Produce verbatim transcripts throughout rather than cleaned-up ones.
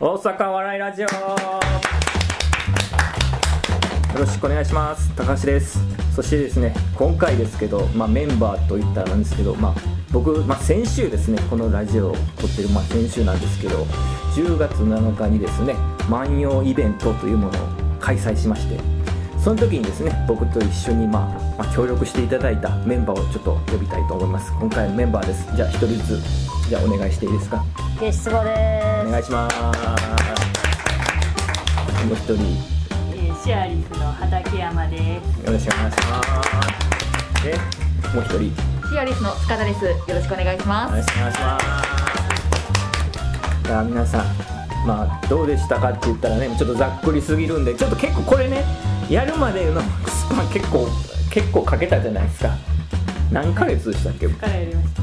大阪笑いラジオ、よろしくお願いします。高橋です。そしてですね、今回ですけど、まあ、メンバーといったらなんですけど、まあ、僕、まあ、先週ですね、このラジオを撮ってる、まあ、先週なんですけど、じゅうがつなのかにですね、万葉イベントというものを開催しまして、その時にですね、僕と一緒に、まあまあ、協力していただいたメンバーをちょっと呼びたいと思います。今回のメンバーです。じゃあ一人ずつ、じゃあお願いしていいですか。 ゲストです。 お願いします。もう一人、 えー、シアリスの畠山です。 よろしくお願いします。で、もう一人、 シアリスの塚田です。よろしくお願いします。 よろしくお願いします。じゃあ皆さん、まあどうでしたかって言ったらね、ちょっとざっくりすぎるんで、ちょっと結構これね、やるまでのスパン結構結構かけたじゃないですか。何ヶ月でしたっけ？ からやりました。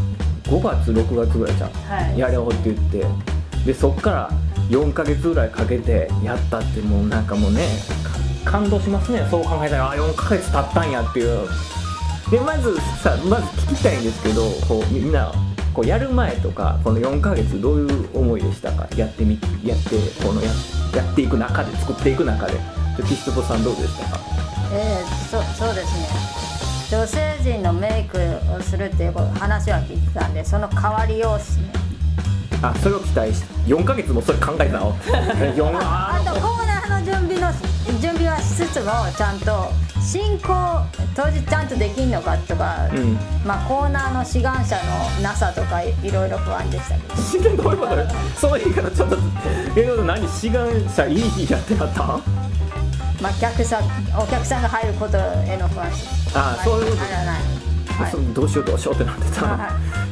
ごがつろくがつぐらいじゃん、 はい、 やろうって言って、でそっからよんかげつぐらいかけてやったって、もうなんかもうね、感動しますね。そう考えたら、あ、よんかげつ経ったんやっていう。でまずさ、まず聞きたいんですけど、こうみんなこうやる前とか、このよんかげつどういう思いでしたか？やってみやってこの や, やっていく中で、作っていく中で、キシトボさんどうでしたか？ えー、そ, そうですね、女性陣のメイクをするっていう話は聞いてたんで、その代わりをですね、 あ、それを期待してよんかげつもそれ考えたのあ, あとコーナーの準備の準備はしつつも、ちゃんと進行当時ちゃんとできんのかとか、うん、まあコーナーの志願者のなさとかいろいろ不安でしたけど。 志願どういうこと？その言い方ちょっとえー、何志願者いい日やってなった？ まあ、客さんお客さんが入ることへの不安。 ああ、そういうこと。 はい、 どうしようどうしようってなってた、はい、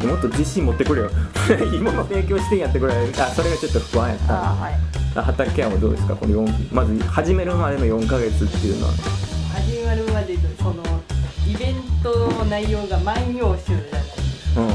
もっと自信持ってくれよ今の勉強してんやってくれ。あ、それがちょっと不安やった。あ、はい、畠山はどうですか？このまず始めるまでのよんかげつっていうのは。 始まるまでのそのイベントの内容が万葉集じゃないですか、うん、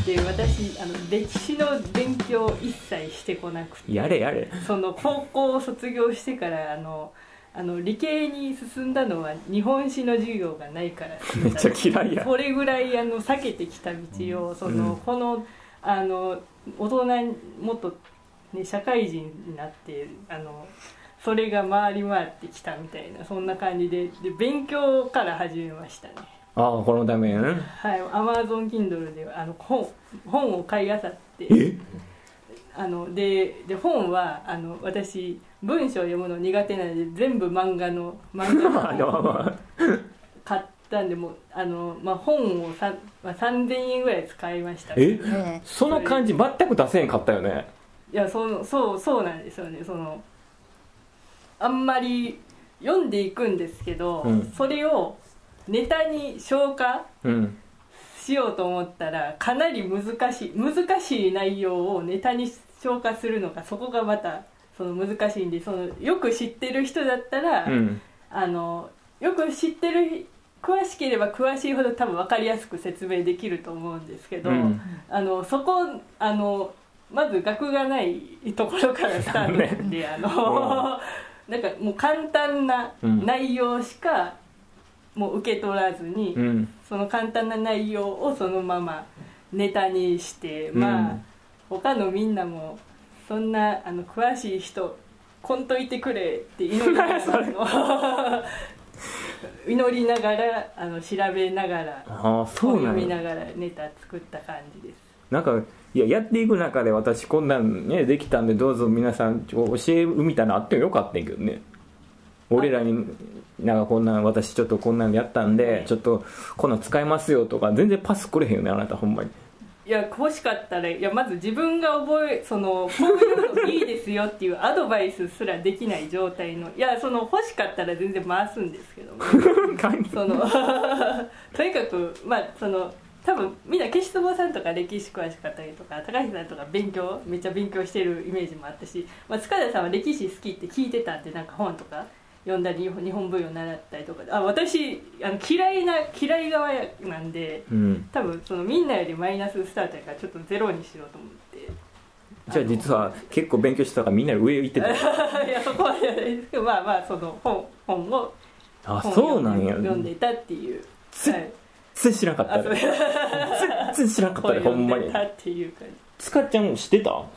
で私あの歴史の勉強を一切してこなくて、 やれやれ、 その高校を卒業してからあのあの理系に進んだのは日本史の授業がないからめっちゃ嫌いや。 それぐらいあの避けてきた道を、その、うん、このあの大人にもっと、ね、社会人になってあのそれが回り回ってきたみたいな、そんな感じ で, で勉強から始めましたね。 ああ、このためね。 はい、Amazon Kindle であの 本, 本を買い漁って、 えあの で, で本はあの私文章を読むの苦手なので、全部漫画の漫画を買ったんで、もうあの、まあ、本をさ、まあ、さんぜんえんぐらい使いました。 え、その感じ全く出せんかったよね。 いや、そそうそうなんですよね。そのあんまり読んでいくんですけど、うん、それをネタに消化、うんしようと思ったらかなり難しい難しい内容をネタに消化するのか、そこがまたその難しいんで、そのよく知ってる人だったら、うん、あのよく知ってる詳しければ詳しいほど多分分かりやすく説明できると思うんですけど、うん、あのそこあのまず学がないところからスタートなんで、あのなんかもう簡単な内容しか、もう受け取らずに、うん、その簡単な内容をそのままネタにして、うん、まあ他のみんなもそんなあの詳しい人こんといてくれって祈りながら祈りながらあの調べながら、 あ、そうなんや、 読みながらネタ作った感じです。 なんかいや、やっていく中で私こんなんねできたんで、どうぞ皆さん教えみたいなのあってもよかったんやけどね。俺らになんかこんなん私ちょっとこんなんやったんでちょっとこんなん使いますよとか全然パスくれへんよね、あなたほんまに。 いや、欲しかったら、いやまず自分が覚え、そのこういうのいいですよっていうアドバイスすらできない状態の、いやその欲しかったら全然回すんですけどもそのとにかくまあその多分みんな消しそばさんとか歴史詳しかったりとか、高橋さんとか勉強めっちゃ勉強してるイメージもあったし、まあ、塚田さんは歴史好きって聞いてたんで、なんか本とか読んだり日本文を習ったりとか、あ、私あの嫌いな嫌い側なんで、うん、多分そのみんなよりマイナススタートやからちょっとゼロにしようと思って。 じゃあ実は結構勉強してたからみんなより上行ってたいやそこはじゃないですけど、まあまあその 本, 本をあ本そうなんや読んでたっていう、 全然知らなかった全然知らなかったね、ほんまに。 っていう感じ。 つかちゃん知ってた？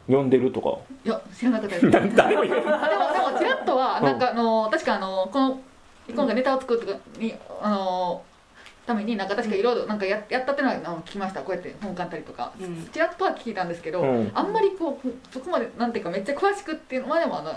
読んでるとか。 いや知らなかったです誰も言うでもでもちらっとはなんかあの確かあのこの今回ネタを作るにあのためになんか確かいろいろなんか や, やったっていうのは聞きました。こうやって本買ったりとか、うん、ちらっとは聞いたんですけど、うん、あんまりこうそこまでなんていうかめっちゃ詳しくっていうのまでもあの、はい、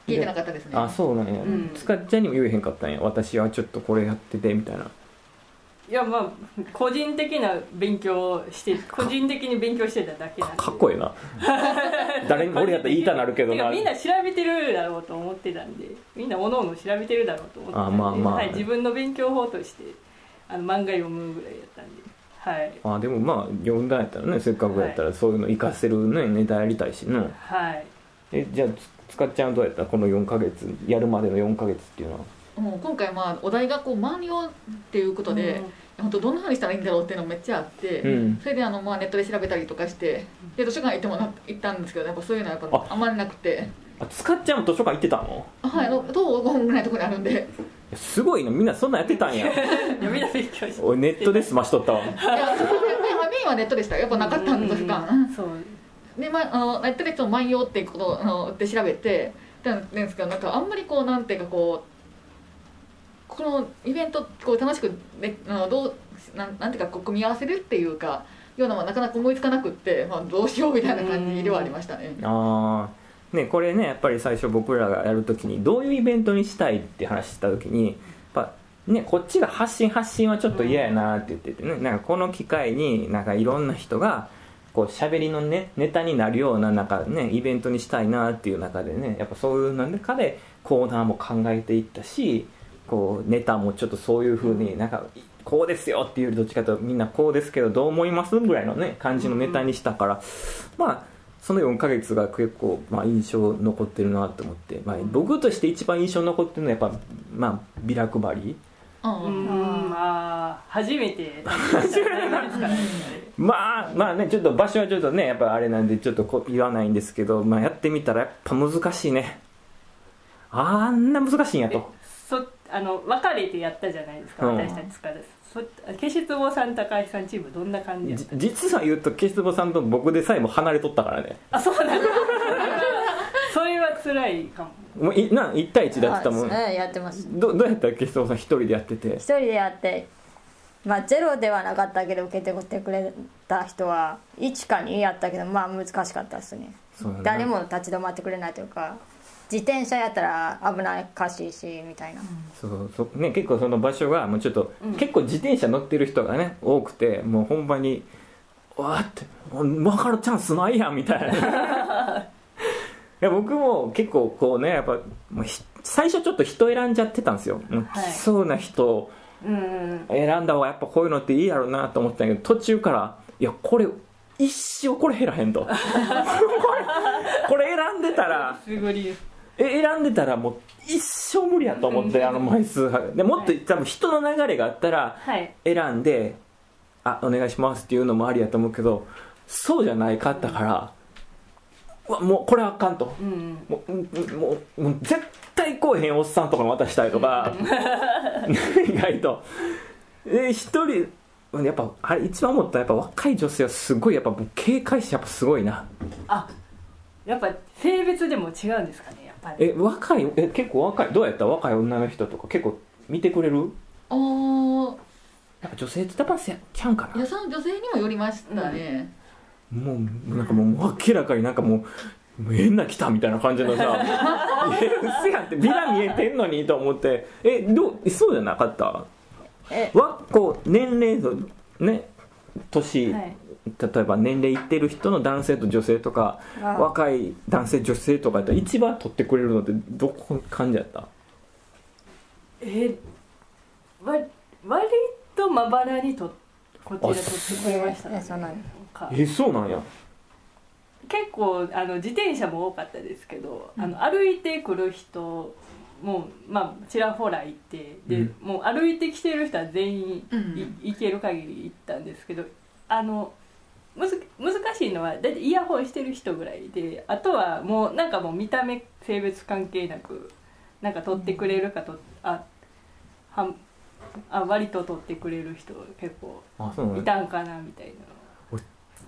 聞いてなかったですね。 あ、そうなんや、うん、つかちゃんにも言えへんかったんや。私はちょっとこれやっててみたいな。 いやまあ個人的な勉強をして個人的に勉強してただけなんで。 かっこいいな誰に俺やったら言いたなるけどな。 みんな調べてるだろうと思ってたんで、みんなおのおの調べてるだろうと思ってたんで、あ、まあまあ、はい、自分の勉強法としてあの漫画読むぐらいやったんで、はい、 あでもまあ読んだんやったらね、せっかくやったらそういうの活かせる、ね、ネタやりたいしね。 はい。 えじゃあつかっちゃんどうやったこのよんかげつやるまでのよんかげつっていうのは。 もう今回まあお題がこう万葉っていうことで、うん、本当どんな風にしたらいいんだろうっていうのめっちゃあって、うん、それであのまあネットで調べたりとかしてで図書館行ってもな行ったんですけど、やっぱそういうのはやっぱあんまりなくて。 あつかっちゃんも図書館行ってたの？ はい、徒歩ごふんぐらいのところにあるんで。 すごいな、みんなそんなんやってたんや。 いやみんな勉強して俺ネットで済ましとったわ。いやメインはネットでした。やっぱなかったんで図書館。 そうで、まあ、あのネットでちょっと万葉っていうことをあので調べてたんですけど、なんかあんまりこうなんていうかこうこのイベントこう楽しく、ね、あのどうなん、なんていうかこう組み合わせるっていうかようなのはなかなか思いつかなくって、まあ、どうしようみたいな感じではありましたね。 あね、これねやっぱり最初僕らがやるときにどういうイベントにしたいって話したときにやっぱ、ね、こっちが発信発信はちょっと嫌やなって言っててね、なんかこの機会になんかいろんな人がこう喋りの、ね、ネタになるようななんか、ね、イベントにしたいなっていう中でね、やっぱそういう中でコーナーも考えていったし、こうネタもちょっとそういう風になんかこうですよっていうよりどっちかというとみんなこうですけどどう思いますぐらいのね感じのネタにしたから、まあそのよんかげつが結構、まあ、印象残ってるなと思って、まあ、僕として一番印象残ってるのはやっぱ、まあ、ビラ配り。 うん、まあ初めてまあまあねちょっと場所はちょっとねやっぱあれなんでちょっとこ言わないんですけど、まあ、やってみたらやっぱ難しいね。あんな難しいんやと。 そあの分かれてやったじゃないですか、うん、私たちから消し壺さん高橋さんチームどんな感じやった？ 実は言うと消し壺さんと僕でさえも離れとったからね。 あ、そうなんだそれは辛いかも。 もういないち対いちでやってたもん。 やってます。 ど, どうやったら消し壺さん一人でやってて？ 一人でやって、まあゼロではなかったけど受けてくれた人はいちかにやったけど、まあ難しかったですね。誰も立ち止まってくれないというか、自転車やったら危ないかしいしみたいな、うん、 そうそうね、結構その場所がもうちょっと、うん、結構自転車乗ってる人がね多くて、もうほんまにわーって分かるチャンスないやんみたいな。いや僕も結構こうねやっぱもう最初ちょっと人選んじゃってたんですよ。もう来そうな人を選んだ方がやっぱこういうのっていいやろうなと思ったんやけど、途中からいやこれ一生これ減らへんとこれこれ選んでたらすごいえ選んでたらもう一生無理やと思って、あの枚数でもっと多分人の流れがあったら選んで、あお願いしますっていうのもありやと思うけど、そうじゃないかったから、うわもうこれあかんと、うん、もうもうもう絶対来えへんおっさんとかに渡したいとか、意外とえ一人やっぱあれ一番思ったやっぱ若い女性はすごいやっぱ警戒心やっぱすごいな。 あやっぱ性別でも違うんですかね。 え若いえ結構若いどうやった若い女の人とか結構見てくれる？ ああやっぱ女性って多分ちゃうんかな。 いやその女性にもよりましたね、 うん、もうなんかもう明らかになんかもうもう変な来たみたいな感じのさいやうせやってビラ見えてんのにと思って、えどうそうじゃなかった？えわこう年齢のね年、はい、例えば年齢いってる人の男性と女性とか若い男性女性とかやったら一番取ってくれるのってどこ感じやった？ えわ割とまばらにとこちら取ってくれましたね。 えそうなんや。 えそうなんや。 結構あの自転車も多かったですけど、うん、あの歩いてくる人もまあちらほらいてで、うん、もう歩いてきてる人は全員、うん、行ける限り行ったんですけど、あのむず難しいのはだいたいイヤホンしてる人ぐらいで、あとはもうなんかもう見た目性別関係なくなんか撮ってくれるかと、あはあ割と撮ってくれる人結構いたんかなみたいな。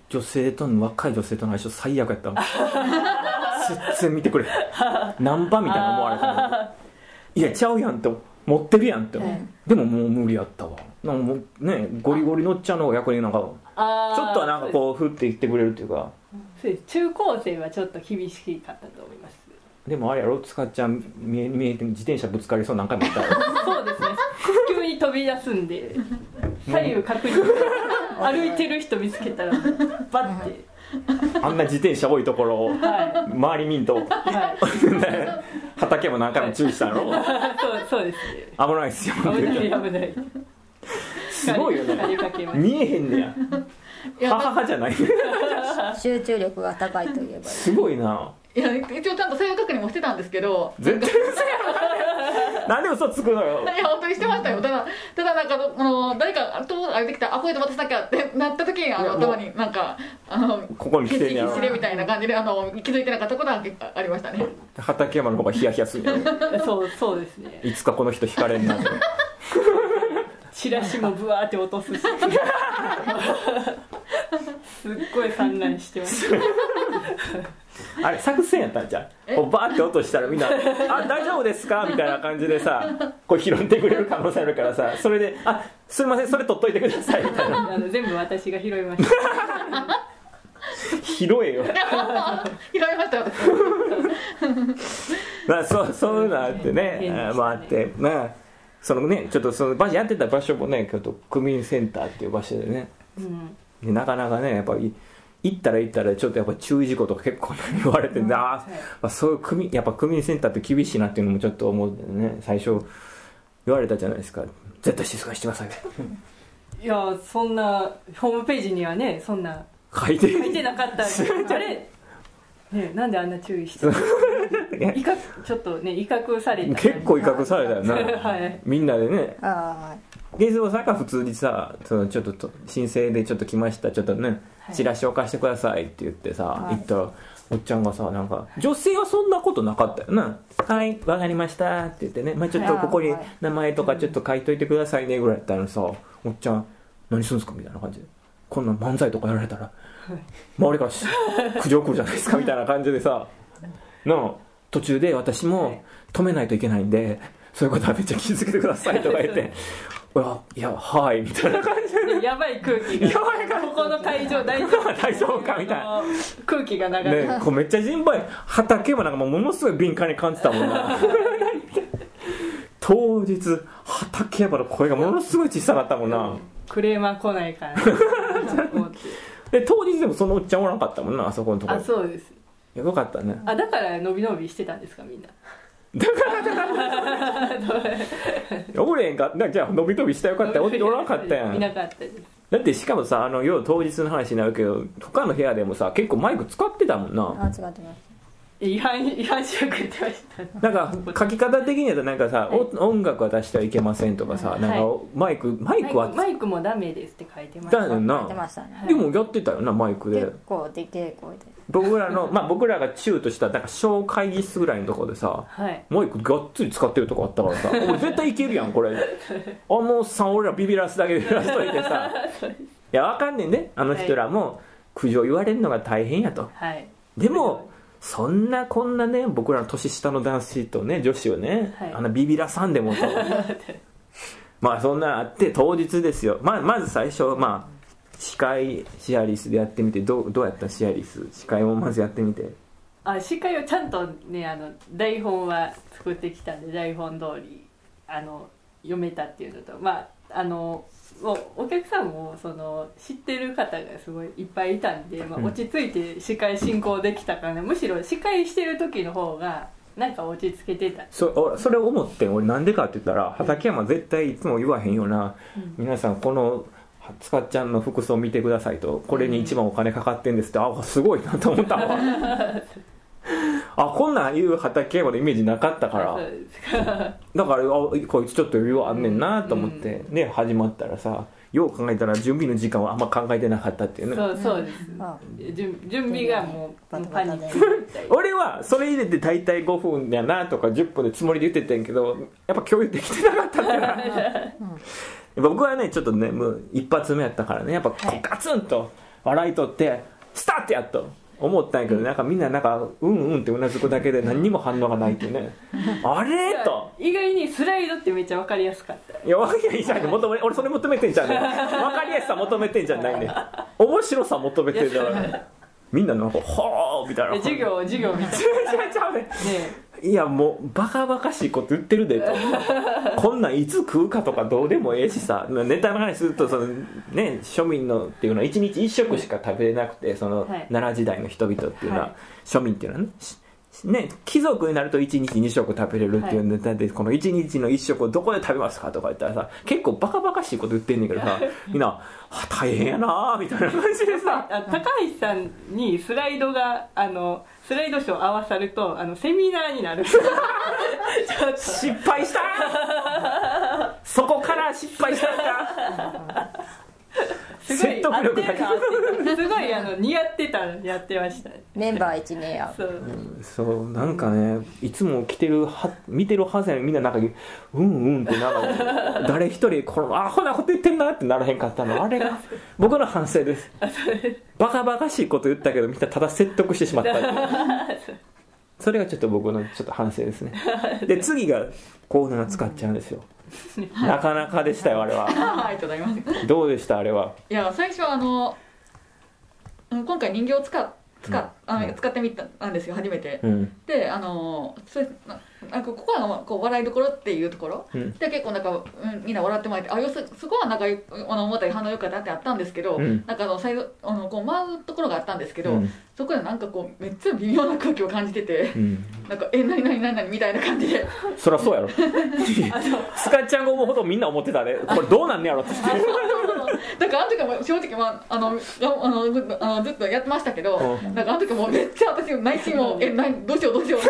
女性との若い女性との相性最悪やった全然見てくれナンパみたいな思われたいやちゃうやんって持ってるやんって、うん、でももう無理やったわなんかもうねゴリゴリのっちゃんの逆になんかちょっとはなんかこう振っていってくれるっていうかそうです中高生はちょっと厳しかったと思いますでもあれやろつかっちゃん見え見えて自転車ぶつかりそう何回も言ったそうですね急に飛び出すんで左右確認歩いてる人見つけたらバッてあんな自転車多いところを、はい、周り見んと、はい、畑も何回も注意したの、はい、 そう、そうですね危ないっすよ危ない危ないすごいよね見えへんねやはははじゃない集中力が高いといえばすごいないや一応ちゃんと性格確認もしてたんですけど絶対嘘やろなんで嘘つくのよいや本当にしてましたよただただなんかあの誰かとあれできたアポイント渡さなきゃってなった時にあの頭になんかあのここに来てんやろ必死でみたいな感じであの気づいてなかったことはありましたね畠山の方がヒヤヒヤするんやろそうそうですねいつかこの人惹かれんなってチラシもブワーって落とすしすっごい散乱してますあれ作戦やったんじゃんこうバーって落としたらみんな「あ大丈夫ですか?」みたいな感じでさこう拾ってくれる可能性あるからさそれで「あすいませんそれ取っといてください」みたいなあの全部私が拾いました拾えよ拾いましたよまあそうそういうのあってねまああってまあそのねちょっとその場所やってた場所もねちょっと区民センターっていう場所でね、うん、でなかなかねやっぱり行ったら行ったらちょっとやっぱ注意事項とか結構言われて、うん、あ、はい、まあ、そういう区民やっぱ区民センターって厳しいなっていうのもちょっと思うんでね最初言われたじゃないですか絶対静かにしてくださいいやそんなホームページにはねそんな書いて書いてなかったあれねなんであんな注意して威嚇ちょっとね威嚇された結構威嚇されたよな、 はい、 みんなでねゲズボさんが普通にさそのちょっと申請でちょっと来ましたちょっとねチラシを貸してくださいって言ってさ、はい、言ったらおっちゃんがさなんか女性はそんなことなかったよなはいわかりましたって言ってね、まあ、ちょっとここに名前とかちょっと書いといてくださいねぐらいだったのにさおっちゃん何するんですかみたいな感じでこんな漫才とかやられたら周りから苦情来るじゃないですかみたいな感じでさの途中で私も止めないといけないんでそういうことはめっちゃ気づけてくださいとか言っていやはいみたいな感じでやばい空気がここの会場大丈夫大丈夫かみたいな空気が流れる、 ね、こうめっちゃ心配畑もなんかものすごい敏感に感じたもんな当日畠山の声がものすごい小さかったもんなクレーマー来ないからで当日でもそのおっちゃんおらんかったもんなあそこのところあそうですよかったねあだから伸び伸びしてたんですかみんなだからだからおれへんかじゃあ伸び伸びしたらよかったおらんかったやんいなかったですだってしかもさあの要当日の話になるけど他の部屋でもさ結構マイク使ってたもんなあ使ってます違反違反しまくってましたなんか書き方的にはなんかさ、はい、音楽は出してはいけませんとかさ、はい、なんかマイクマイクはマイクもダメですって書いてましただよな、でもやってたよなマイクで結構で稽古で僕らのまあ僕らが中としたなんか小会議室ぐらいのところでさ、はい、マイクがっつり使ってるとこあったからさ俺絶対いけるやんこれあのさん俺らビビらすだけでやらしといてさいやわかんねんねあの人らも苦情言われるのが大変やと、はい、でもそんなこんなね僕らの年下の男子とね女子をね、はい、あんなビビらさんでもとまあそんなあって当日ですよ、まあ、まず最初まあ司会シアリスでやってみてどう、どうやったシアリス司会もまずやってみてあ司会をちゃんとねあの台本は作ってきたんで台本通りあの読めたっていうのとまああのお客さんもその知ってる方がすごいいっぱいいたんで、まあ、落ち着いて司会進行できたから、ね、むしろ司会してる時の方がなんか落ち着けてたそ, それを思って俺なんでかって言ったら畠山絶対いつも言わへんような、うん、皆さんこのつかっちゃんの服装見てくださいとこれに一番お金かかってんですって、うん、あすごいなと思ったわあこんなん言う畠山のイメージなかったからだからあこいつちょっと余裕あんねんなと思って、うん、ね始まったらさよう考えたら準備の時間はあんま考えてなかったっていうねそうそうです、うん、準, 準備がもうパニック俺はそれ入れて大体ごふんやなとかじゅっぷんでつもりで言ってたんやけどやっぱ共有できてなかったから僕はねちょっとねもう一発目やったからねやっぱガツンと笑いとってスタートやっと思ったんやけど、なんかみんななんかうんうんってうなずくだけで何にも反応がないっていうねあれと意外にスライドってめっちゃ分かりやすかった。 いや分かりやすいじゃん求め俺それ求めてんじゃんね分かりやすさ求めてんじゃないね面白さ求めてんじゃないみんななんかはぁみたいな授業授業みたいなねいやもうバカバカしいこと言ってるでとこんなんいつ食うかとかどうでもええしさネタの話するとその、ね、庶民のっていうのはいちにちいっ食しか食べれなくてその、はい、奈良時代の人々っていうのは、はい、庶民っていうのはねね、貴族になるといちにちに食食べれるっていうネタで、はい、このいちにちのいっ食をどこで食べますかとか言ったらさ結構バカバカしいこと言ってんねんけどさみんな大変やなみたいな感じでさ高橋さんにスライドがあのスライドショー合わさるとあのセミナーになる失敗したそこから失敗したんかすごい説得力だけすごいあの似合ってたやってました、ね、 メンバーいちねんやそう、 うん、そうなんかねいつも来てるは見てるはずやみんななんかうんうんってなんか誰一人このアホなこと言ってんなってならへんかったのあれが僕の反省ですバカバカしいこと言ったけどみんなただ説得してしまったそれがちょっと僕のちょっと反省ですねで次がコーナー使っちゃうんですよなかなかでしたよあれはありがとうございますどうでしたあれはいや最初あの今回人形を使っ使っ、うん、あ使ってみたんですよ初めて、うん、であのそれなんかここはこう笑いどころっていうところ、うん、で結構なんか、うん、みんな笑ってもらってあよそそこはなんかあの思ったより反応良かったってあったんですけど、うん、なんかあの最後あのこう舞うところがあったんですけど、うん、そこでなんかこうめっちゃ微妙な空気を感じてて、うん、なんかえ何何何何みたいな感じでそりゃそうやろスカちゃんが思うほどみんな思ってたねこれどうなんねやろってだからあの時は正直、まあ、あのあのあのずっとやってましたけど、うん、なんかあの時もめっちゃ私内心もえ何どうしようどうしよう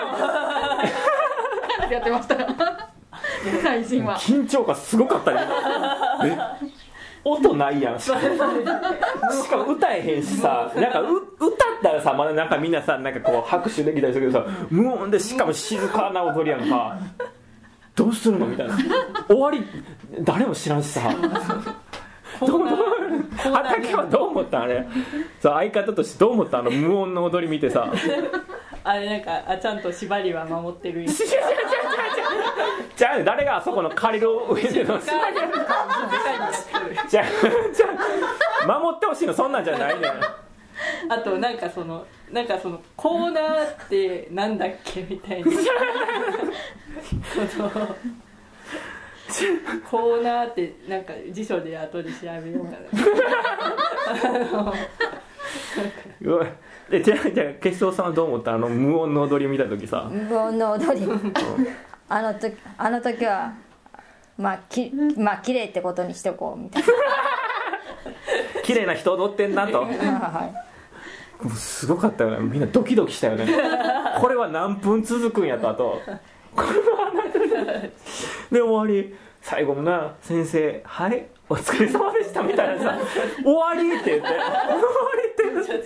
やってました内心は緊張感すごかったねえ音ないやんしかも歌えへんしさなんかう歌ったらさまだなんかみんなさなんかこう拍手できたりするけどさ無音でしかも静かな踊りやんかどうするのみたいな終わり誰も知らんしさどう畑はどう思ったあれさ相方としてどう思ったあの無音の踊り見てさあれなんかあちゃんと縛りは守ってるじゃあ誰があそこの借りる上での縛りじゃあ守ってほしいのそんなんじゃないねんあとなんかそのなんかそのコーナーってなんだっけみたいなそのコーナーってなんか辞書で後で調べようかなえじゃあじゃあ決勝さんはどう思ったあの無音の踊りを見た時さ無音の踊りあの時あの時はまあきまあ綺麗ってことにしておこうみたいな綺麗な人踊ってんなとはいもうすごかったよねみんなドキドキしたよねこれは何分続くんやとあとこれはで終わり最後もな先生はいお疲れ様でしたみたいなさ終わりって言って終わりって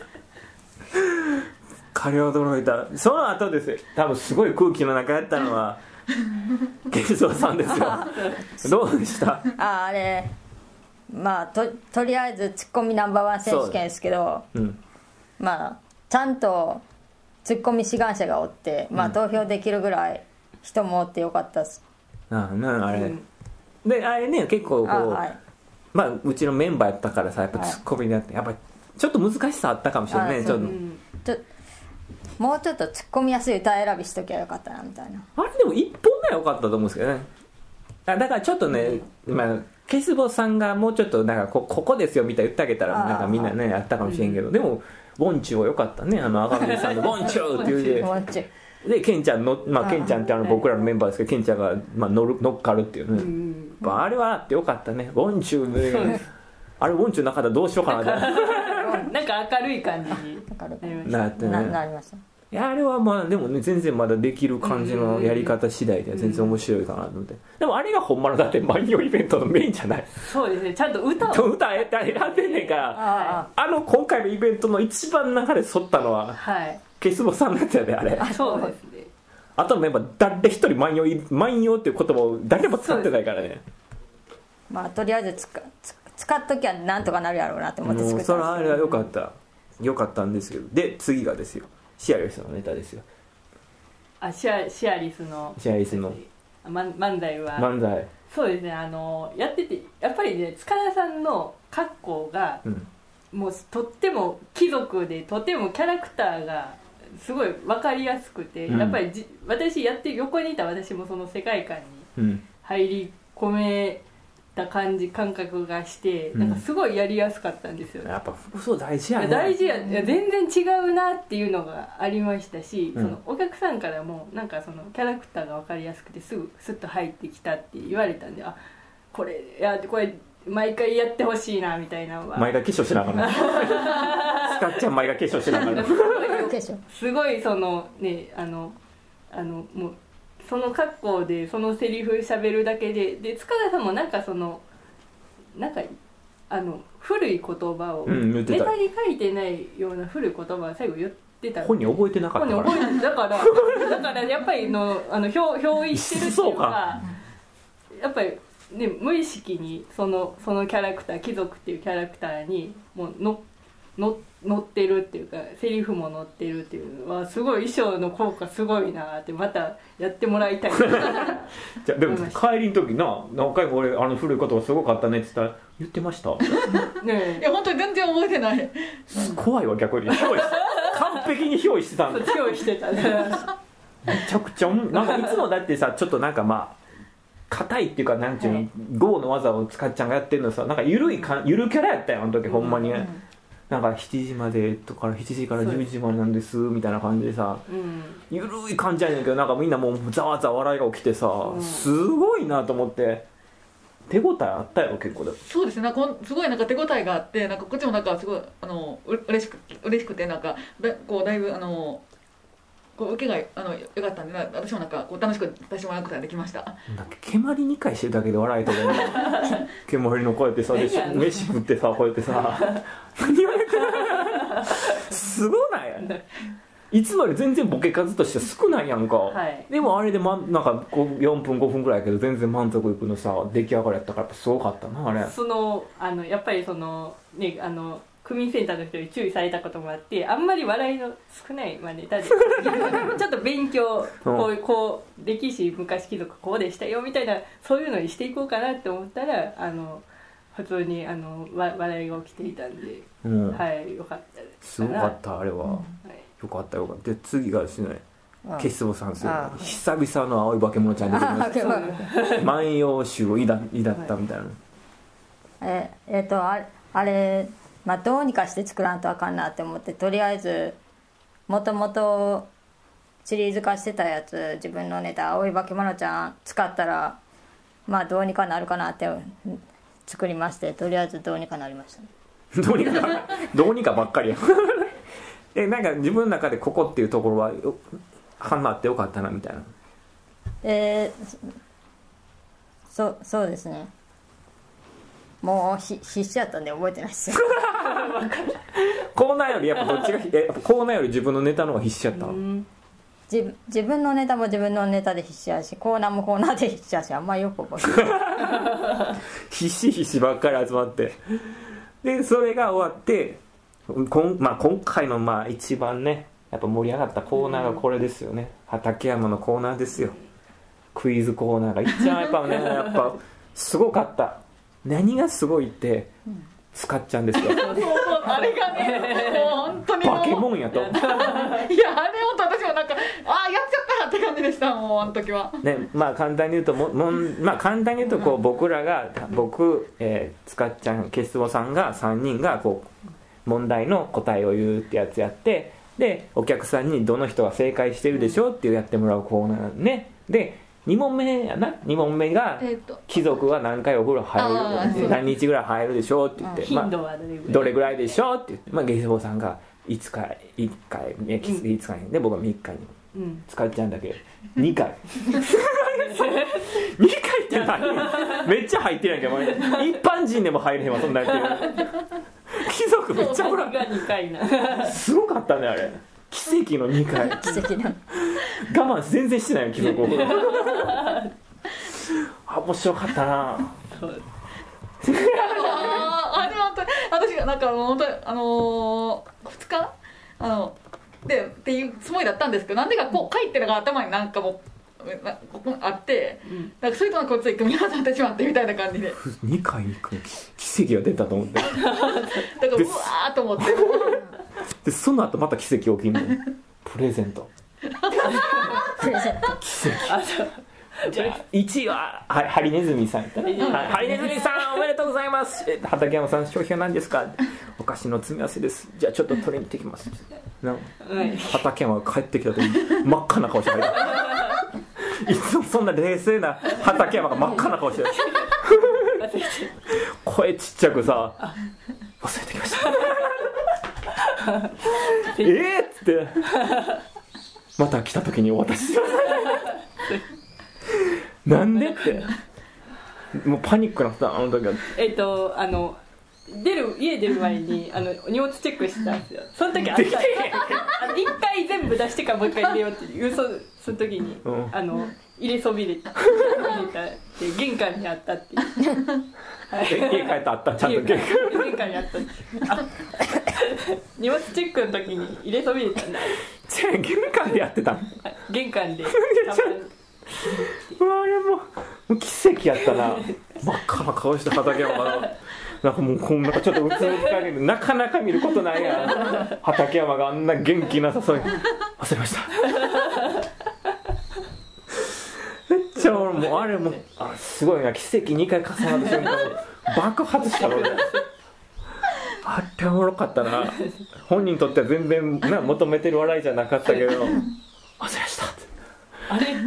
彼は驚いたその後ですよ多分すごい空気の中やったのはケンゾーさんですよどうでしたああれまあ と, とりあえずツッコミナンバーワン選手権ですけど、うん、まあちゃんとツッコミ志願者がおって、まあ、投票できるぐらい人もおってよかったです、 うん、あああれ、うん、であれね結構こう、はい、まあうちのメンバーやったからさやっぱツッコミになってやっぱりちょっと難しさあったかもしれないねちょっと、うん、 ちょもうちょっとツッコみやすい歌選びしときゃよかったなみたいなあれでもいっぽんめはよかったと思うんですけどねだからちょっとね、うん、まあケスボさんがもうちょっとなんか こ, ここですよみたいな言ってあげたらなんかみんなねやったかもしれんけど、うん、でもボンチューはよかったねあの赤嶺さんのボンチューっていうででケンちゃんの、まあ、ケンちゃんってあの僕らのメンバーですけどケンちゃんが、まあ、乗る乗っかるっていうね、うん、あれはあってよかったねボンチューであれボンチューの中でどうしようかななんか明るい感じになってねなりましたいやあれはまあでもね全然まだできる感じのやり方次第では全然面白いかなと思ってでもあれがほんまのだって万葉イベントのメインじゃないそうですねちゃんと歌を歌選んでんねんからあ, あの今回のイベントの一番流れ沿ったのは、はい、ケスボさんのやつやであれあそうですねあとのメンバー誰一人万葉万葉っていう言葉を誰も使ってないからねまあとりあえずつかつ使っときゃなんとかなるやろうなって思って作ったんですよ。もうそれあれは良かった良かったんですけど、で次がですよ、シアリスのネタですよ。 あシアシアリスのシアリスの漫才は漫才そうですね、あのやっててやっぱりね塚田さんの格好が、うん、もうとっても貴族でとてもキャラクターがすごい分かりやすくて、うん、やっぱりじ私やって横にいた私もその世界観に入り込めた感じ感覚がして、うん、なんかすごいやりやすかったんですよね。 やっぱ服装大事やね。 大事や、いや全然違うなっていうのがありましたし、うん、そのお客さんからもなんかそのキャラクターが分かりやすくてすぐスッと入ってきたって言われたんで、あこれいやこれ毎回やってほしいなみたいなのは。 毎回化粧しながらスカッちゃん毎回化粧しながらすごいそのねあのあのもうその格好でそのセリフ喋るだけで、で塚田さんもなんかそのなんかあの古い言葉を、うん、ネタに書いてないような古い言葉を最後言ってた。 本に覚えてなかったから。 本に覚えてだからだからやっぱりのあの表表意してるっていうか、やっぱりね無意識にそのそのキャラクター貴族っていうキャラクターにもうのの乗ってるっていうかセリフも載ってるっていうのはすごい衣装の効果すごいなってまたやってもらいたいなじゃでも帰りの時な何回も俺あの古い言葉すごかったねって言ったら言ってましたねえいや本当に全然覚えてない、 うん、怖いわ逆に憑依完璧に憑依してたんだ憑依してたねめちゃくちゃなんかいつもだってさちょっとなんかまあ硬いっていうかなんていうの、はい、ゴーの技をつかっちゃんがやってるのさなんか緩いか緩キャラやったよあの時、うん、ほんまに、うんなんかしちじまでとかしちじからじゅうじまでなんですみたいな感じでさ、うん、ゆるい感じやねんけどなんかみんなもうざわざわ笑いが起きてさ、うん、すごいなと思って手応えあったやろ結構だ。 そうですねなんかすごいなんか手応えがあってなんかこっちもなんかすごいあのう嬉しく嬉しくてなんかだこうだいぶあのこう受けがあの良かったんで私もなんかこう楽しく出してもらうことができました。 なんか蹴鞠にかいしてるだけで笑えたもん蹴鞠のこうやってさで飯食ってさこうやってさ何言われてるすごないいつもより全然ボケ数として少ないやんか、はい、でもあれで、ま、なんかよんぷんごふんくらいやけど全然満足いくのさ出来上がりやったからやっぱすごかったなあれ。 そのあのやっぱりそのねあの区民センターの人に注意されたこともあってあんまり笑いの少ない、まあ、ネタでちょっと勉強こうこう歴史昔貴族こうでしたよみたいなそういうのにしていこうかなって思ったらあの普通にあのわ笑いが起きていたんで、うん、はいよかったですすごかったあれは、うんはい、よかったよかったで次がですねケスボさんですよ久々の青い化け物ちゃん出てきました万葉集をいだったみたいな、はい、 ええー、とあれあれまあ、どうにかして作らんとあかんなって思ってとりあえずもともとシリーズ化してたやつ自分のネタ青い化け物ちゃん使ったらまあどうにかなるかなって作りましてとりあえずどうにかなりました、ね、 どうにかどうにかばっかりやえなんか自分の中でここっていうところはハマってよかったなみたいなえー、そ, そうですねもうひ必死やったんで覚えてないですよコーナーよりやっぱどっちがやっぱコーナーより自分のネタの方が必死やった、うん、 自, 自分のネタも自分のネタで必死やしコーナーもコーナーで必死やしあんまりよく覚えてない必死必死ばっかり集まってでそれが終わってこん、まあ、今回のまあ一番ねやっぱ盛り上がったコーナーがこれですよね、うん、畠山のコーナーですよクイズコーナーが一番やっぱねやっぱすごかった何がすごいって、うん、使っちゃうんですよあれがねもう本当に化け物やといやあれ本当私もなんかああやっちゃったって感じでしたもうあの時はねまあ簡単に言うとももん、まあ、簡単に言うとこう、うん、僕らが僕、えー、つかっちゃんケスボさんがさんにんがこう問題の答えを言うってやつやってでお客さんにどの人が正解してるでしょっていうやってもらうコーナーねでに問目やなに問目が貴族は何回お風呂入る何日ぐらい入るでしょうって言って、 まあ、 どれぐらいでしょうって言って、まあ、ゲスボさんがいつかいっかいいつかにで僕はみっかに使っちゃうんだけどにかいにかいって何めっちゃ入ってないけど一般人でも入れへんわそんなやつ貴族めっちゃほらすごかったねあれ奇跡のにかい奇跡の我慢全然してないよ貴族あ面白かったななんか本当にあのー、ふつかあのでっていうつもりだったんですけど、なんでかこう書いてるのが頭になんかもここあって、うん、なんかそれとなんかこっちに組み合わさってしまってみたいな感じでにかいに行く奇跡が出たと思ってだからうわーと思ってでその後また奇跡起きんのプレゼントプレゼント奇跡じゃあいちいはハリネズミさんやったね、うん、ハリネズミさんおめでとうございます。畠山さん商品は何ですか。お菓子の詰め合わせです。じゃあちょっと取りに行ってきますな、はい、畠山が帰ってきた時真っ赤な顔して入るいつもそんな冷静な畠山が真っ赤な顔してる声ちっちゃくさ忘れてきましたえーっつってまた来た時にお渡ししますなんでってもうパニックなったあの時はえっ、ー、とあの出る家出る前にあの荷物チェックしたんですよ。その時あったあの一回全部出してからもう一回入れようっていうそその時に、うん、あの入れそびれた入れたって玄関にあったっていうはい、家帰ったあったちゃんと玄関玄関にあったって荷物チェックの時に入れそびれたんだ。 じゃあ玄関でやってた玄関でうわあれもうもう奇跡やったな真っ赤な顔して畠山がなんかもうこんなちょっとうつむきかけてなかなか見ることないやん畠山があんな元気なさそうに忘れましためっちゃ俺もうあれもあすごいな奇跡にかい重なる瞬間爆発したの俺あれおもろかったな本人にとっては全然な求めてる笑いじゃなかったけど忘れましたってあれ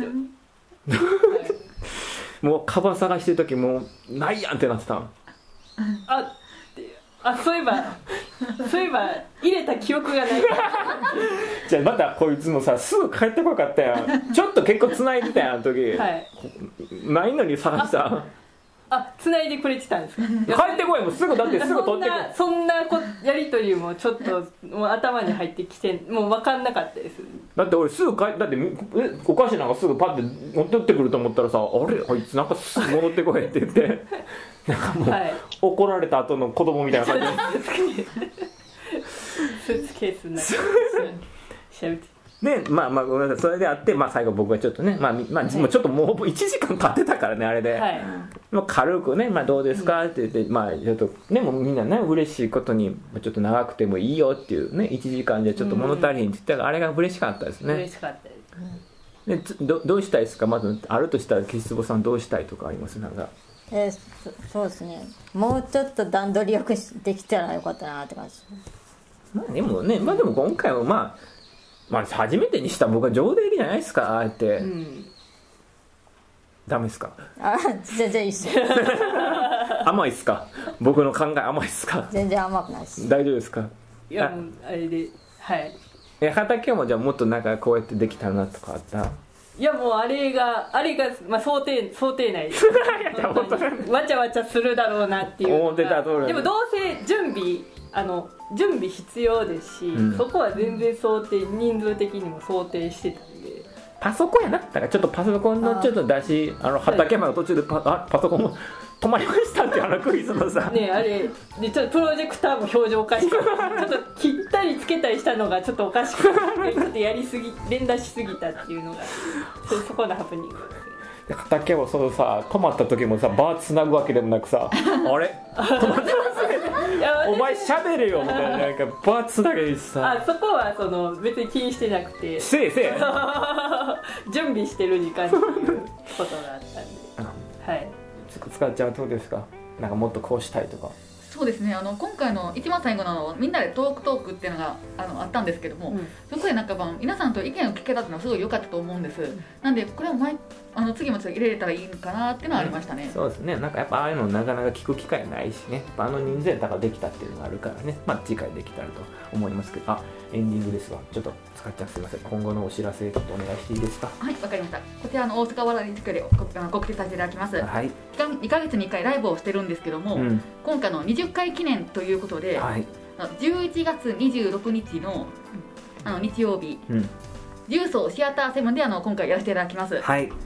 もうカバン探してる時もうないやんってなってたんああそういえばそういえば入れた記憶がないからじゃあまたこいつもさすぐ帰ってこよかったやんちょっと結構繋いでたやんあの時、はい、ないのに探したあ、繋いでくれてたんですか。 帰ってこいもうすぐだってすぐ取ってくるそんな、そんなこやりとりもちょっともう頭に入ってきてもう分かんなかったです。 だって俺すぐ帰だってえお菓子なんかすぐパッて持ってってくると思ったらさあれあいつなんかすぐ戻ってこいって言ってなんかもう、はい、怒られた後の子供みたいな感じスーツケースの中で喋ってでまあまあごめんなさいそれであって、まあ、最後僕はちょっとね、まあまあ、ちょっともういちじかん経ってたからねあれで、はい、まあ、軽くね、まあ、どうですかって言って、まあちょっとねもうみんなね嬉しいことにちょっと長くてもいいよっていうねいちじかんじゃちょっと物足りんって言ったら、あれが嬉しかったですね。 嬉しかったです、 で ど, どうしたいですか。まずあるとしたら岸坪さんどうしたいとかありますなんか。 えー、そ, そうですねもうちょっと段取りよくできたらよかったなって感じ。 まあでもねまあでも今回はまあまあ、初めてにした僕は上出来じゃないですかああやって、うん、ダメですか。 あ全然いいっすよ甘いっすか。僕の考え甘いっすか。 全然甘くないっす。 大丈夫ですか。 いやもうあれではいえ畑もじゃあもっとなんかこうやってできたなとかあった。 いやもうあれがあれが、まあ、想定想定内わちゃわちゃするだろうなっていう思ってた通り。 でもどうせ準備あの準備必要ですし、うん、そこは全然想定人数的にも想定してたんで。 パソコンやなだからちょっとパソコンのちょっと出しあの畠山の途中で パ, あパソコンも止まりましたってあのクイズのさねあれでちょっとプロジェクターも表情おかしくちょっと切ったりつけたりしたのがちょっとおかしくてちょっとやりすぎ連打しすぎたっていうのが そ, そこのハプニングですね。 畠山そのさ止まった時もさバーつなぐわけでもなくさあれ止まってますねお前喋れよみたいななんかバーつなげるしさあそこはその別に気にしてなくてせえせえ準備してる時間っていうことがあったんで、はい、 使っちゃうとどうですか。なんかもっとこうしたいとか。 そうですねあの今回の一番最後のみんなでトークトークっていうのが あ, のあったんですけども、うん、そこでなんか皆さんと意見を聞けたっていうのはすごい良かったと思うんです、うん、なんでこれを毎あの次も入れれたらいいのかなっていうのはありましたね、 うん、そうですねなんかやっぱああいうのなかなか聞く機会ないしねあの人数でだからできたっていうのがあるからねまあ次回できたらと思いますけどあエンディングですわちょっと使っちゃうすいません今後のお知らせちょっとお願いしていいですか。 はいわかりましたこちらの大阪笑い塾で告知させていただきます、 はい、 にかげつにいっかいライブをしてるんですけども、うん、今回のにじゅっかい記念ということで、はい、じゅういちがつにじゅうろくにち の, あの日曜日、うん、重曹シアターセブンであの今回やらせていただきます、 はい、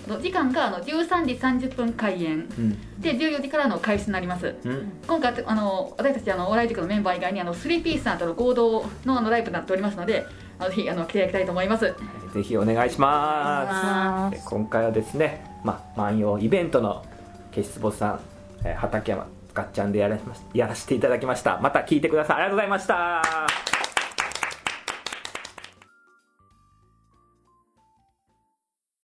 時間があのじゅうさんじさんじゅっぷん開演、うん、でじゅうよじからの開始になります、うん、今回あの私たちあのお笑い塾のメンバー以外にあのスリーピースさんとの合同 の, あのライブになっておりますので、あのぜひあの来ていただきたいと思います。 ぜひお願いします。今回はですね、まあ、万葉イベントの消し坪さん、えー、畠山がっちゃんでやらやらせていただきました。また聞いてください。ありがとうございました。